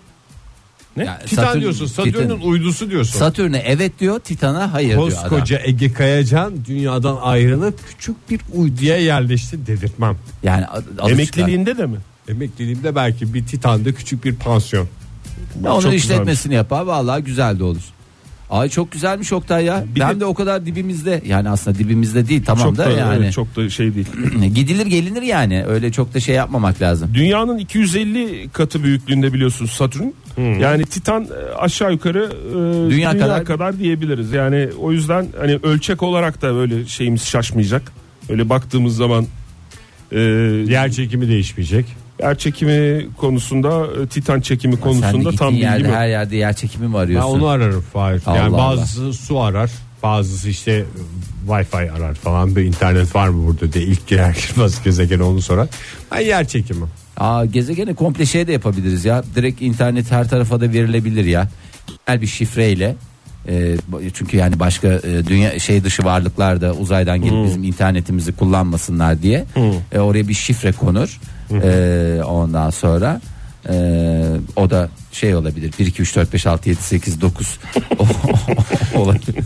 ne? Ya, Titan Satürn- diyorsun. Satürn'ün Titan- uydusu diyorsun. Satürn'e evet diyor, Titan'a hayır diyor adam. Koskoca Ege Kayacan dünyadan ayrılıp küçük bir uyduya yerleşti dedirtmem. Yani a- adı Emekliliğinde de mi? Emekliliğimde belki bir Titan'da küçük bir pansiyon. çıkar. Onun Çok işletmesini yapar, vallahi güzel de olur. Ay çok güzelmiş Oktay ya. Bir ben de- de o kadar dibimizde, yani aslında dibimizde değil, tamam çok da, da yani evet, çok da şey değil. gidilir gelinir yani, öyle çok da şey yapmamak lazım. Dünyanın iki yüz elli katı büyüklüğünde biliyorsunuz Satürn. Hmm. Yani Titan aşağı yukarı e, dünya, dünya kadar... kadar diyebiliriz. Yani o yüzden hani ölçek olarak da böyle şeyimiz şaşmayacak. Öyle baktığımız zaman e, yer çekimi değişmeyecek. Yer çekimi konusunda, Titan çekimi ya konusunda tam bilgim yerde, yok. Her yerde yer çekimi mi arıyorsun? Ben onu ararım Fahir. Yani Allah bazısı Allah. Su arar, bazısı işte Wi-Fi arar falan. Bir internet var mı burada diye ilk girer girmez gezegen onu sorar. Ben yer çekimi. Aa, gezegeni komple şey de yapabiliriz ya. Direkt internet her tarafa da verilebilir ya. Genel bir şifreyle. E, çünkü yani başka e, dünya şey dışı varlıklar da uzaydan gelip hmm. bizim internetimizi kullanmasınlar diye. Hmm. E, oraya bir şifre konur. Hmm. E, ondan sonra e, o da şey olabilir. bir iki üç dört beş altı yedi sekiz dokuz olabilir.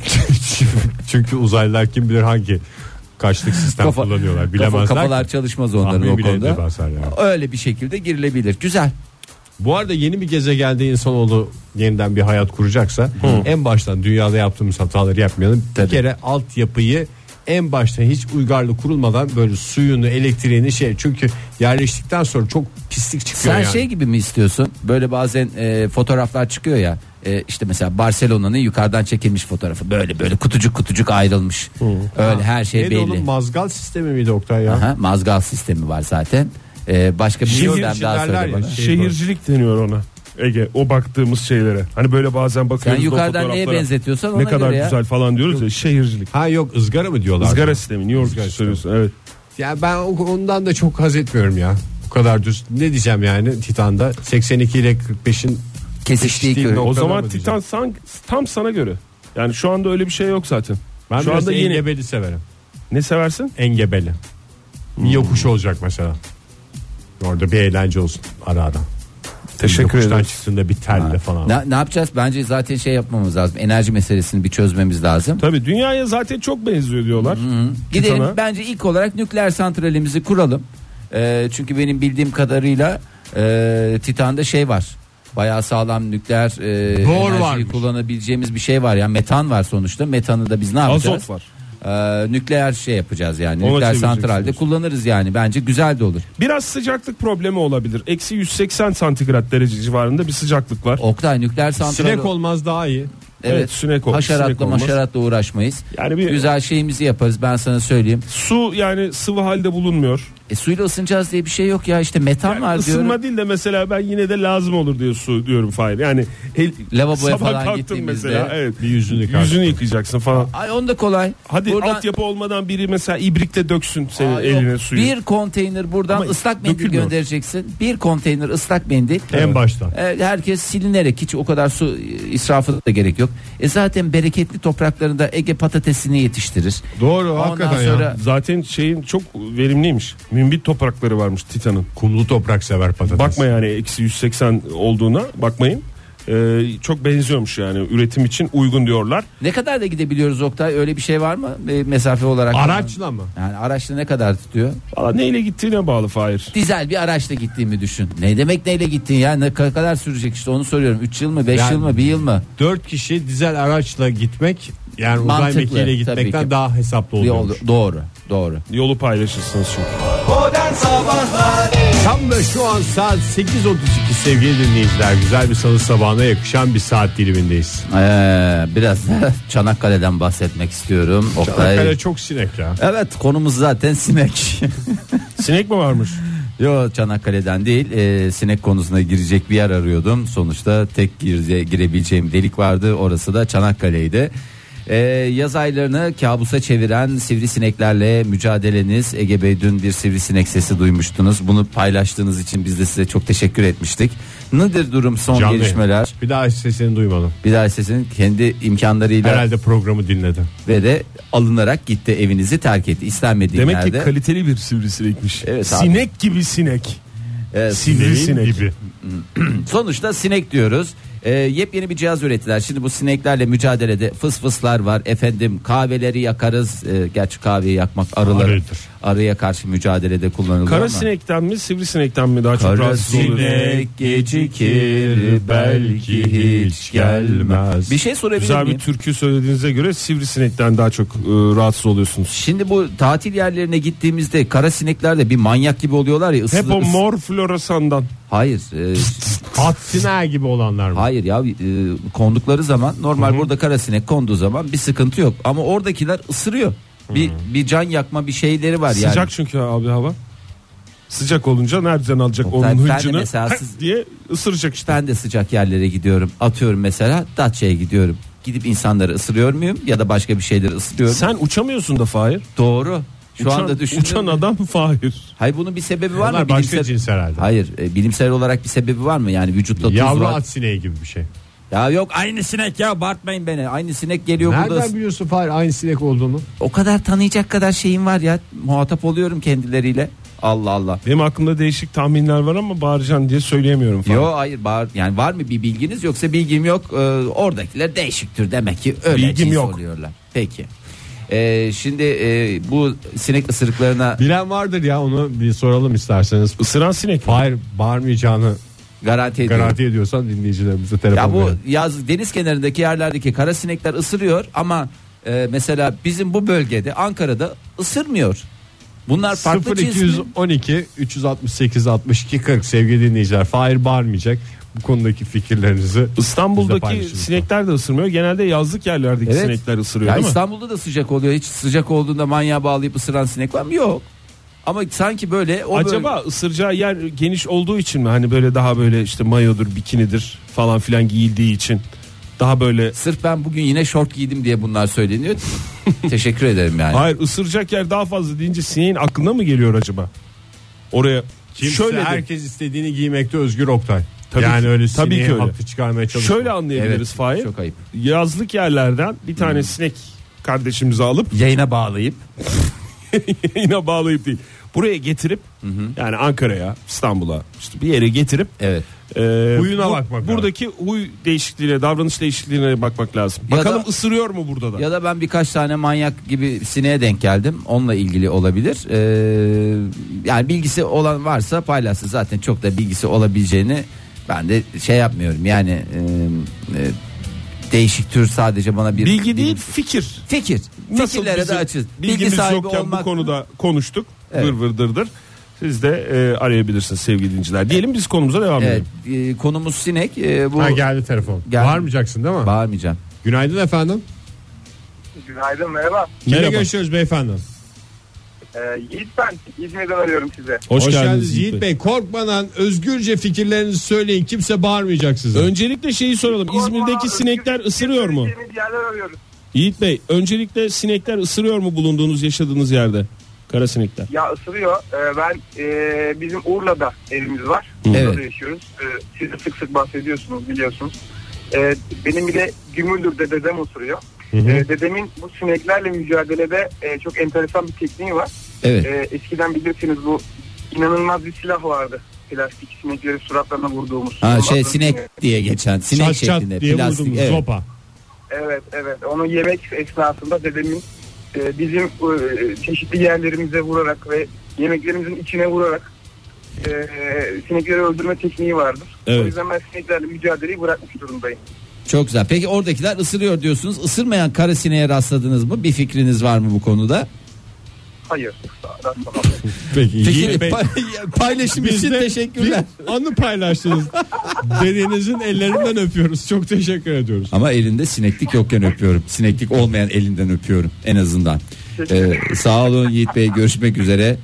Çünkü uzaylılar kim bilir hangi kaçlık sistem Kafa, kullanıyorlar bilemezler. Kafa, kafalar çalışmaz onların o konuda. Yani. Öyle bir şekilde girilebilir. Güzel. Bu arada yeni bir gezegende insanoğlu yeniden bir hayat kuracaksa Hı. en baştan dünyada yaptığımız hataları yapmayalım. Tabii. Bir kere altyapıyı en başta hiç uygarlık kurulmadan böyle suyunu, elektriğini şey, çünkü yerleştikten sonra çok pislik çıkıyor. Sen yani. şey gibi mi istiyorsun? Böyle bazen e, fotoğraflar çıkıyor ya. E, işte mesela Barcelona'nın yukarıdan çekilmiş fotoğrafı. Böyle böyle kutucuk kutucuk ayrılmış. Hı. Öyle ha, her şey belli. Neydi onun, mazgal sistemi miydi Oktay ya? Aha, mazgal sistemi var zaten. Ee, başka bir sistem daha söyle bana. Şehircilik deniyor ona. Ege, o baktığımız şeylere. Hani böyle bazen bakıyoruz. Sen yukarıdan neye benzetiyorsan ona ne kadar göre güzel ya. falan diyoruz ya, şehircilik. Ha yok, ızgara mı diyorlar? Izgara sistemi. New York söylüyorsun. Evet. Ya ben ondan da çok haz etmiyorum ya. Bu kadar düz. Ne diyeceğim yani Titan'da seksen iki ile kırk beşin kesiştiği köy. O zaman Titan san, tam sana göre. Yani şu anda öyle bir şey yok zaten. Ben şu anda yeni... engebeli severim. Ne seversin? Engebeli. Hmm. Bir yokuş olacak mesela. Orada bir eğlence olsun ara ara. Teşekkür ederim. Çıksın da bir telle falan. Ne, ne yapacağız? Bence zaten şey yapmamız lazım. Enerji meselesini bir çözmemiz lazım. Tabii dünyaya zaten çok benziyor diyorlar. Hı-hı. Gidelim Titan'a. Bence ilk olarak nükleer santralimizi kuralım. Ee, çünkü benim bildiğim kadarıyla e, Titan'da şey var. Bayağı sağlam nükleer e, enerjiyi varmış. Kullanabileceğimiz bir şey var. Yani metan var sonuçta. Metanı da biz ne yapacağız? Azot var. Ee, nükleer şey yapacağız yani. Ona nükleer santralde kullanırız yani. Bence güzel de olur. Biraz sıcaklık problemi olabilir. Eksi yüz seksen santigrat derece civarında bir sıcaklık var. Oktay, nükleer santral. Sinek olmaz daha iyi. Evet, evet sinek ol, haşeratla sinek maşeratla uğraşmayız. Yani bir güzel şeyimizi yaparız, ben sana söyleyeyim. Su yani sıvı halde bulunmuyor. E suyla ısınacağız diye bir şey yok ya, işte metan yani var ısınma diyorum. Isınma değil de mesela ben yine de lazım olur diye su diyorum Fahir. Yani el, lavaboya falan gittiğimizde mesela, evet, bir yüzünü yıkarsın. Yüzünü yıkayacaksın falan. Ay onu da kolay. Hadi buradan... altyapı olmadan biri mesela ibrikte döksün senin Aa, eline yok. Suyu. Bir konteyner buradan ama ıslak mendil dökülmüyor. Göndereceksin. Bir konteyner ıslak mendil. En baştan. E, herkes silinerek, hiç o kadar su israfı da gerek yok. E zaten bereketli topraklarında Ege patatesini yetiştirir. Doğru. Ondan hakikaten sonra... ya. Zaten şeyin çok verimliymiş. Mümbit toprakları varmış Titan'ın. Kumlu toprak sever patates. Bakma yani eksi yüz seksen olduğuna bakmayın. Ee, çok benziyormuş yani, üretim için uygun diyorlar. Ne kadar da gidebiliyoruz Oktay, öyle bir şey var mı e, mesafe olarak? Araçla mı? Yani araçla ne kadar tutuyor? Valla neyle gittiğine bağlı Fahir. Dizel bir araçla gittiğimi düşün. Ne demek neyle gittin ya, ne kadar sürecek işte onu soruyorum. üç yıl mı, beş yani, yıl mı, bir yıl mı? dört kişi dizel araçla gitmek yani mantıklı, uzay mekiğiyle gitmekten daha hesaplı oluyormuş. Doğru doğru. Yolu paylaşırsınız çünkü. Modern Sabahlar. Tam da şu an saat sekiz otuz iki sevgili dinleyiciler. Güzel bir salı sabahına yakışan bir saat dilimindeyiz. Ee, biraz da Çanakkale'den bahsetmek istiyorum. Çanakkale Oktay... çok sinek ya. Evet, konumuz zaten sinek. Sinek mi varmış? Yok, Çanakkale'den değil, e, sinek konusuna girecek bir yer arıyordum. Sonuçta tek gire, girebileceğim delik vardı, orası da Çanakkale'ydi. Ee, yaz aylarını kabusa çeviren sivrisineklerle mücadeleniz. Ege Bey, dün bir sivrisinek sesi duymuştunuz. Bunu paylaştığınız için biz de size çok teşekkür etmiştik. Nedir durum, son Canlı gelişmeler? Bir daha sesini duymadım. Bir daha sesini kendi imkanlarıyla. Herhalde programı dinledi. Ve de alınarak gitti, evinizi terk etti. İstenmediği Demek yerde. Demek ki kaliteli bir sivrisinekmiş. Evet, sinek abi. Gibi sinek. Evet, sivrisinek gibi. Sonuçta sinek diyoruz. Ee, yepyeni bir cihaz ürettiler. Şimdi bu sineklerle mücadelede fıs fıslar var. Efendim kahveleri yakarız. Ee, gerçi kahveyi yakmak arılar. Arıdır. Arıya karşı mücadelede kullanılıyor. Kara ama. sinekten mi, sivrisinekten mi daha çok Kara rahatsız oluyor? Kara sinek gecikir belki hiç gelmez. Bir şey sorabilir Güzel miyim? bir türkü söylediğinize göre sivrisinekten daha çok e, rahatsız oluyorsunuz. Şimdi bu tatil yerlerine gittiğimizde kara sinekler de bir manyak gibi oluyorlar ya. Isılı, Hep o mor floresandan. Hayır. E, At sineği gibi olanlar mı? Hayır ya, e, kondukları zaman normal Hı-hı. burada karasinek konduğu zaman bir sıkıntı yok. Ama oradakiler ısırıyor. Bir bir can yakma bir şeyleri var Sıcak yani. çünkü abi hava. Sıcak olunca nereden alacak Oktay, onun ben de hıncını mesela siz- diye ısıracak işte. Ben de sıcak yerlere gidiyorum. Atıyorum mesela Datça'ya gidiyorum. Gidip insanları ısırıyor muyum ya da başka bir şeyleri ısırıyorum. Sen uçamıyorsun da Fahir. Doğru. Şu uçan, anda düşündüm. Uçan adam Fahir. Hayır, bunun bir sebebi var Onlar mı? başka Bilimsel... cins herhalde. Hayır, e, bilimsel olarak bir sebebi var mı? Yani vücutta tuz Yavru var. at sineği gibi bir şey. Ya yok, aynı sinek ya, abartmayın beni. Aynı sinek geliyor Nereden burada. Nereden biliyorsun Fahir aynı sinek olduğunu? O kadar tanıyacak kadar şeyim var ya. Muhatap oluyorum kendileriyle. Allah Allah. Benim aklımda değişik tahminler var ama bağıracaksın diye söyleyemiyorum falan. Yok hayır, bağır, yani var mı bir bilginiz, yoksa bilgim yok. Ee, oradakiler değişiktir demek ki, öyle Bilgim cins yok. oluyorlar. Peki. Ee, şimdi e, bu sinek ısırıklarına bilen vardır ya, onu bir soralım isterseniz. Isıran sinek. Fahir bağırmayacağını garanti ediyorum. Garanti ediyorsan dinleyicilerimize telefon Ya bu verin. yaz deniz kenarındaki yerlerdeki kara sinekler ısırıyor ama e, mesela bizim bu bölgede Ankara'da ısırmıyor. Bunlar farklı sıfır cins iki mi? on iki üç altı sekiz altmış iki kırk sevgili dinleyiciler. Fahir bağırmayacak. Bu konudaki fikirlerinizi İstanbul'daki sinekler de ısırmıyor. Genelde yazlık yerlerdeki Evet. sinekler ısırıyor Ya değil mi? İstanbul'da da sıcak oluyor. Hiç sıcak olduğunda manyağa bağlayıp ısıran sinek var mı? Yok. Ama sanki böyle o Acaba bölge... ısıracağı yer geniş olduğu için mi? Hani böyle daha böyle işte mayodur, bikinidir falan filan giyildiği için daha böyle. Sırf ben bugün yine şort giydim diye bunlar söyleniyor. Teşekkür ederim yani. Hayır, ısıracak yer daha fazla deyince sineğin aklına mı geliyor acaba? Oraya Kimse şöyle de, herkes istediğini giymekte özgür, Oktay. Tabii yani ki, öyle tabii sineği ki öyle. haklı çıkarmaya çalışıyor. Şöyle anlayabiliriz Evet, Fahir. çok ayıp. Yazlık yerlerden bir tane hmm. sinek kardeşimizi alıp yayına bağlayıp yayına bağlayıp değil. Buraya getirip hı hı. yani Ankara'ya, İstanbul'a işte bir yere getirip evet. E, huyuna bu, bakmak buradaki lazım. Huy değişikliğine, davranış değişikliğine bakmak lazım. Ya bakalım da, ısırıyor mu burada da? Ya da ben birkaç tane manyak gibi sineğe denk geldim. Onunla ilgili olabilir. Ee, yani bilgisi olan varsa paylaşsın. Zaten çok da bilgisi olabileceğini ben de şey yapmıyorum. Yani e, e, değişik tür sadece bana bir bilgi değil, fikir. Fikir. Nasıl Fikirlere de açız. Bilgi sahibi yokken olmak... bu konuda konuştuk. Evet. Vır vır dır dır. Siz de e, arayabilirsiniz sevgili dinleyiciler. Diyelim biz konumuza devam evet, edelim. E, konumuz sinek. E, bu... Ha, geldi telefon. Geldi. Bağırmayacaksın değil mi? Bağırmayacağım. Günaydın efendim. Günaydın, merhaba. Kimle Merhaba. görüşüyoruz beyefendi? Ee, Yiğit ben. İzmir'den arıyorum size. Hoş, Hoş geldiniz, geldiniz Yiğit Bey. Bey. Korkmadan özgürce fikirlerinizi söyleyin. Kimse bağırmayacak size. Öncelikle şeyi soralım. İzmir'deki sinekler ısırıyor mu? Yiğit Bey, öncelikle sinekler ısırıyor mu bulunduğunuz, yaşadığınız yerde? Kara sinekler. Ya ısırıyor. Ee, ben e, bizim Urla'da evimiz var. Hı. Urla'da Evet. yaşıyoruz. Ee, siz de sık sık bahsediyorsunuz, biliyorsunuz. Ee, benim bir de Gümüldür'de dedem oturuyor. Hı hı. Ee, dedemin bu sineklerle mücadelede e, çok enteresan bir tekniği var. Evet. Ee, eskiden bilirsiniz bu inanılmaz bir silah vardı. Plastik sinekleri suratlarına vurduğumuz. Ha, şey Ondan sinek sonra... diye geçen sinek çat şeklinde çat diye plastik. vurduğumuz Evet. zopa. Evet evet, onu yemek esnasında dedemin e, bizim e, çeşitli yerlerimize vurarak ve yemeklerimizin içine vurarak e, sinekleri öldürme tekniği vardır. Evet. O yüzden ben sineklerle mücadeleyi bırakmış durumdayım. Çok güzel. Peki oradakiler ısırıyor diyorsunuz. Isırmayan kara sineğe rastladınız mı? Bir fikriniz var mı bu konuda? Hayır. Rastlamadım. Peki. Peki Yiğit Bey, pay- paylaşım için de teşekkürler. bir anı paylaştınız. Dedenizin ellerinden öpüyoruz. Çok teşekkür ediyoruz. Ama elinde sineklik yokken öpüyorum. Sineklik olmayan elinden öpüyorum en azından. Ee, sağ olun Yiğit Bey, görüşmek üzere.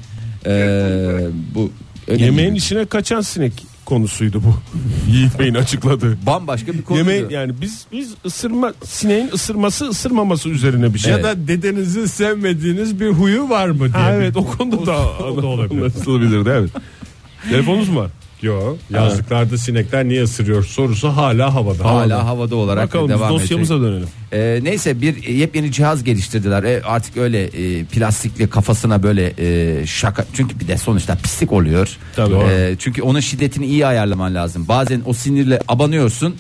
Ee, bu önemli. Yemeğin içine kaçan sinek konusuydu bu. Yiğit Bey'in açıkladığı. Bambaşka bir konu. Yemeğin, yani biz biz ısırma sineğin ısırması ısırmaması üzerine bir şey. Ya da dedenizin sevmediğiniz bir huyu var mı diye. Ha, evet, o konuda da o da olabilir. anlatılabilirdi, evet. Telefonunuz mu var? Yok. Yazlıklarda sinekler niye ısırıyor sorusu hala havada. Hala havada olarak Bakalım devam biz dosyamıza edecek. dönelim. Ee, neyse bir yepyeni cihaz geliştirdiler. E, artık öyle e, plastikli kafasına böyle e, şaka. Çünkü bir de sonuçta pislik oluyor. Tabii. E, çünkü onun şiddetini iyi ayarlaman lazım. Bazen o sinirle abanıyorsun.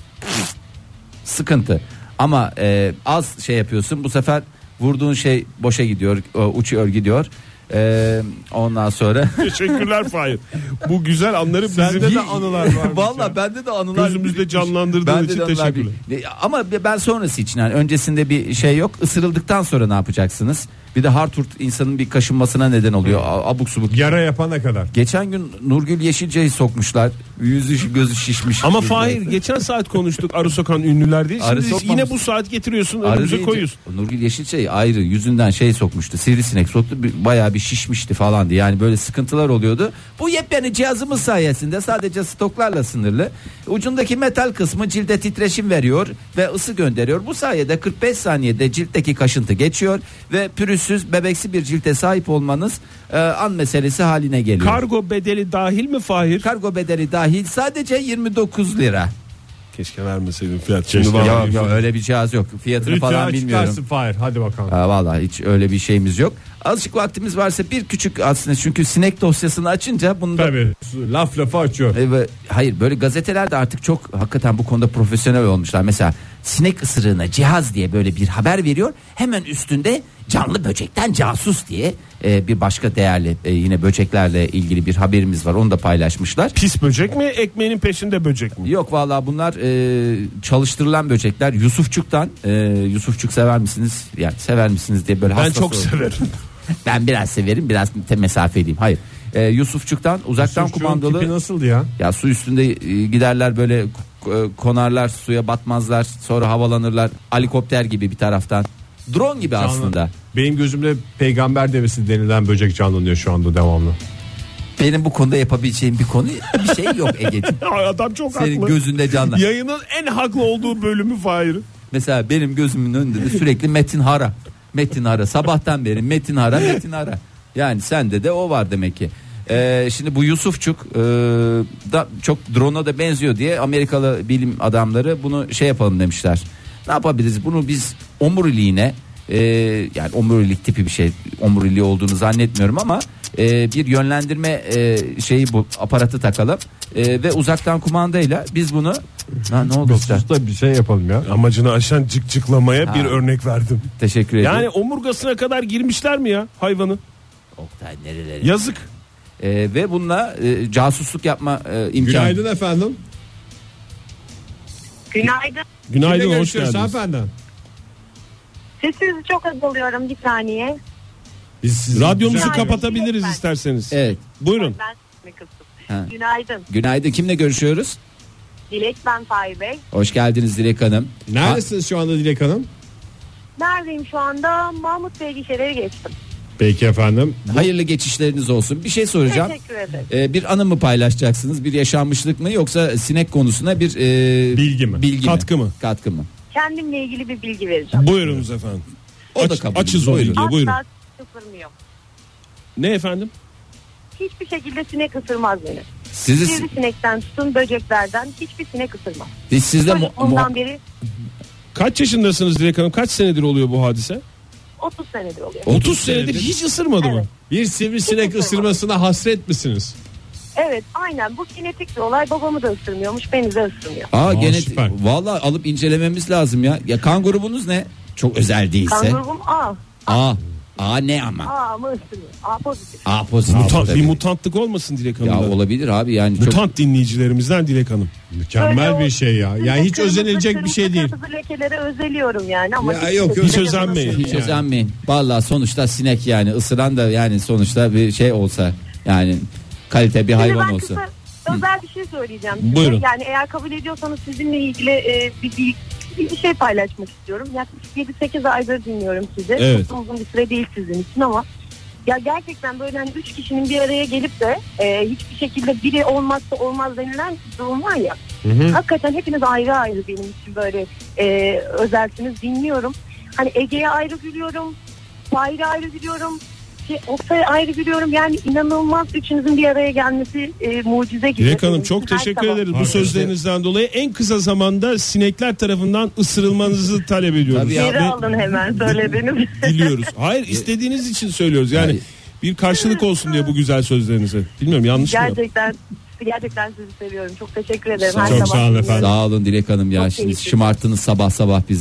Sıkıntı. Ama e, az şey yapıyorsun. Bu sefer vurduğun şey boşa gidiyor. Uçuyor gidiyor. Ee, ondan sonra Teşekkürler Fahir. Bu güzel anları Sende bizim de anılar var. Valla bende de anılar gözümüzde canlandırdığın Bende için de anılar teşekkürler. bir- Ama ben sonrası için yani öncesinde bir şey yok. Isırıldıktan sonra ne yapacaksınız? Bir de Harturt insanın bir kaşınmasına neden oluyor. A- Abuk subuk. Yara yapana kadar. Geçen gün Nurgül Yeşilce'yi sokmuşlar. Yüzü gözü şişmiş. Ama Fahir geçen saat konuştuk arı sokan ünlüler diye. Arı Şimdi sokmamış. yine bu saat getiriyorsun Arı önümüze deyince- koyuyorsun. Nurgül Yeşilçay ayrı yüzünden şey sokmuştu. Sivrisinek soktu. bir- Bayağı bir şişmişti falandı. Yani böyle sıkıntılar oluyordu. Bu yepyeni cihazımız sayesinde sadece stoklarla sınırlı. Ucundaki metal kısmı cilde titreşim veriyor ve ısı gönderiyor. Bu sayede kırk beş saniyede ciltteki kaşıntı geçiyor ve pürüzsüz bebeksi bir cilte sahip olmanız e, an meselesi haline geliyor. Kargo bedeli dahil mi Fahir? Kargo bedeli dahil sadece yirmi dokuz lira. Keşke vermeseydin fiyat. Keşke. Şimdi Ya, vallahi- ya öyle bir cihaz yok. Fiyatını Lütfen falan bilmiyorum. açıklarsın Fahir. Hadi bakalım. Ha, vallahi hiç öyle bir şeyimiz yok. Azıcık vaktimiz varsa bir küçük aslında çünkü sinek dosyasını açınca bunu da Tabii. Laf lafı açıyor. E, ve- hayır böyle gazeteler de artık çok hakikaten bu konuda profesyonel olmuşlar. Mesela sinek ısırığına cihaz diye böyle bir haber veriyor. Hemen üstünde canlı böcekten casus diye e, bir başka değerli e, yine böceklerle ilgili bir haberimiz var. Onu da paylaşmışlar. Pis böcek mi ekmeğinin peşinde böcek mi? Yok vallahi bunlar e, çalıştırılan böcekler. Yusufçuk'tan e, Yusufçuk sever misiniz? Yani sever misiniz diye böyle Ben hastası çok oldum. severim. Ben biraz severim, biraz te- mesafeliyim. Hayır. E, Yusufçuk'tan uzaktan Suçluğun kumandalı. tipi nasıldı ya? Ya su üstünde e, giderler böyle k- e, konarlar, suya batmazlar, sonra havalanırlar. Helikopter gibi bir taraftan. Drone gibi aslında. Benim gözümde peygamber devesi denilen böcek canlanıyor şu anda devamlı. Benim bu konuda yapabileceğim bir konu bir şey yok Ege'ciğim. Adam çok Senin haklı. gözünde canlı. Yayının en haklı olduğu bölümü Fahir. Mesela benim gözümün önünde de sürekli Metin Hara. Metin Hara sabahtan beri Metin Hara Metin Hara. Yani sende de o var demek ki. Ee, şimdi bu Yusufçuk e, da çok drone'a da benziyor diye Amerikalı bilim adamları bunu şey yapalım demişler. Ne yapabiliriz? Bunu biz omuriliğine e, yani omurilik tipi bir şey, omuriliği olduğunu zannetmiyorum ama e, bir yönlendirme e, şeyi bu aparatı takalım e, ve uzaktan kumandayla biz bunu ha, ne oldu Oktay? Sus da bir şey yapalım ya. Amacını aşan cıkcıklamaya Ha. bir örnek verdim. Teşekkür ederim. Yani omurgasına kadar girmişler mi ya hayvanı? Oktay nerelere? Yazık. E, ve bununla e, casusluk yapma e, imkanı. Günaydın efendim. Günaydın. Günaydın, Kimle hoş görüşüyoruz geldiniz. hanımefendi? Sesinizi çok az alıyorum, bir saniye. Biz sizi Radyomuzu güzel- kapatabiliriz Ben- isterseniz. Evet. Buyurun. Ben sesimi kıstım. Ha. Günaydın. Günaydın. Kimle görüşüyoruz? Dilek ben Fahir Bey. Hoş geldiniz Dilek Hanım. Neredesiniz şu anda Dilek Hanım? Neredeyim şu anda? Mahmut Bey gişeleri geçtim. Peki efendim. Ha, hayırlı geçişleriniz olsun. Bir şey soracağım. Teşekkür ederim. Ee, bir anı mı paylaşacaksınız? Bir yaşanmışlık mı yoksa sinek konusuna bir e, Bilgi mi? Bilgi Katkı mı? Katkı mı? Kendimle ilgili bir bilgi vereceğim. Buyurunuz efendim. O da Aç- kabul. açız o Buyurun. bilgiyi, buyurun. Asla ısırmıyor. Ne efendim? Hiçbir şekilde sinek ısırmaz beni. Sizi Sivrisinekten tutun böceklerden hiçbir sinek ısırmaz. biz sizde mu- Çocukluğumdan mu- beri Kaç yaşındasınız Dilek Hanım? Kaç senedir oluyor bu hadise? otuz senedir oluyor. otuz senedir hiç ısırmadı mı? Evet. Bir sivrisinek ısırmasına hasret misiniz? Evet, aynen, bu genetik bir olay. Babamı da ısırmıyormuş, beni de ısırmıyor. Aa, Aa, gene süper. vallahi alıp incelememiz lazım ya. Ya kan grubunuz ne? Çok özel değilse. Kan grubum A. A. A ne ama? A mı ısırıyor? A pozitif. A pozitif. Mutant, tabii. bir mutantlık olmasın Dilek Ya Hanım'da. olabilir abi yani çok Mutant dinleyicilerimizden Dilek Hanım. Mükemmel Böyle bir şey ya. o- Yani hiç kırmızı, özenilecek bir şey değil. Kırmızı lekelere özeliyorum yani ama Ya hiç yok, şekilde hiç özenmeyin. ısırmıyor. hiç özenmeyin. Vallahi sonuçta sinek yani ısıran da yani sonuçta bir şey olsa yani kalite bir Şimdi hayvan ben olsa. kısa özel bir şey söyleyeceğim size. Buyurun. Yani eğer kabul ediyorsanız sizinle ilgili e, bir, bir, bir şey paylaşmak istiyorum. Yaklaşık yedi sekiz aydır dinliyorum sizi. Evet. Çok uzun bir süre değil sizin için ama ya gerçekten böyle hani üç kişinin bir araya gelip de e, hiçbir şekilde biri olmazsa olmaz denilen durum var ya. Hakikaten hepiniz ayrı ayrı benim için böyle e, özelsiniz, dinliyorum. Hani Ege'ye ayrı gülüyorum, Fahir'e ayrı gülüyorum, şey, Oktay'a ayrı gülüyorum. Yani inanılmaz üçünüzün bir araya gelmesi e, mucize gibi. Dilek Hanım Benim çok için her teşekkür sabah. ederiz bu Harika. sözlerinizden dolayı. En kısa zamanda sinekler tarafından ısırılmanızı talep ediyoruz. Tabii ya. Geri Ve alın hemen söylediğiniz. diliyoruz. Hayır, istediğiniz için söylüyoruz. Yani Hayır. bir karşılık olsun diye bu güzel sözlerinize. Bilmiyorum, yanlış mı? Gerçekten gerçekten sizi seviyorum. Çok teşekkür ederim. Sağ- Her çok sabah sağ olun dinliyorum. efendim. Sağ olun Dilek Hanım ya Çok şimdi keyifli. şımarttınız sabah sabah bizi.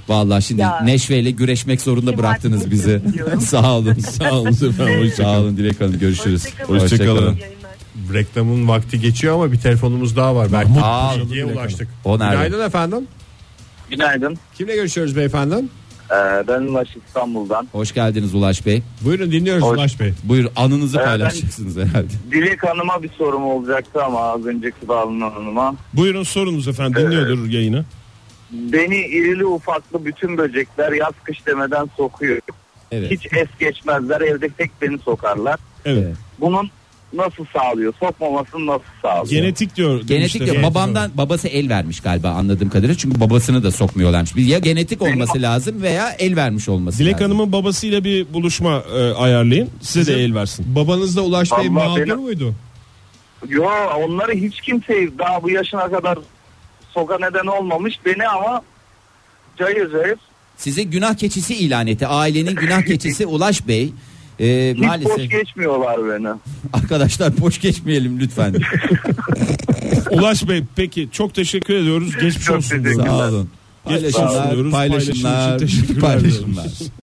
Vallahi şimdi Ya. Neşve'yle güreşmek zorunda Kemal bıraktınız bizi. diyorum. Sağ olun. Sağ olun efendim. Sağ olun Dilek Hanım, görüşürüz. Hoşçakalın. Hoşçakalın. İyi yayınlar. Reklamın vakti geçiyor ama bir telefonumuz daha var. Belki Aa, bilgiye ulaştık. O nerede? Günaydın efendim. Günaydın. Kimle görüşüyoruz beyefendi? Ee, ben Ulaş İstanbul'dan. Hoş geldiniz Ulaş Bey. Buyurun dinliyoruz Hoş- Ulaş Bey. Buyur, anınızı Ee, paylaşacaksınız herhalde. Dilek Hanım'a bir sorum olacaktı ama az önceki bağlanan hanıma. Buyurun sorunuz efendim, dinliyordur yayını. Beni irili ufaklı bütün böcekler yaz kış demeden sokuyor. Evet. Hiç es geçmezler, evde tek beni sokarlar. Evet. Bunun nasıl sağlıyor? Sokmamasını nasıl sağlıyor? Genetik diyor. Genetik demişler. diyor. Babamdan babası el vermiş galiba anladığım kadarıyla. Çünkü babasını da sokmuyorlarmış. Bir ya genetik olması lazım veya el vermiş olması Dilek lazım. Hanım'ın babasıyla bir buluşma e, ayarlayın. Size de el versin. Babanız da Ulaş Bey Allah mağdur beni- muydu? Yo, onları hiç kimse daha bu yaşına kadar soka neden olmamış, beni ama cayır cayır Size günah keçisi ilan etti. Ailenin günah keçisi Ulaş Bey. Ee, hiç boş maalesef geçmiyorlar beni. arkadaşlar boş geçmeyelim lütfen. Ulaş Bey peki çok teşekkür ediyoruz. Geçmiş Çok olsun. teşekkür Sağ olun. Geçmiş olsun Paylaşımlar, diyoruz. Paylaşım için paylaşımlar, teşekkürler paylaşımlar.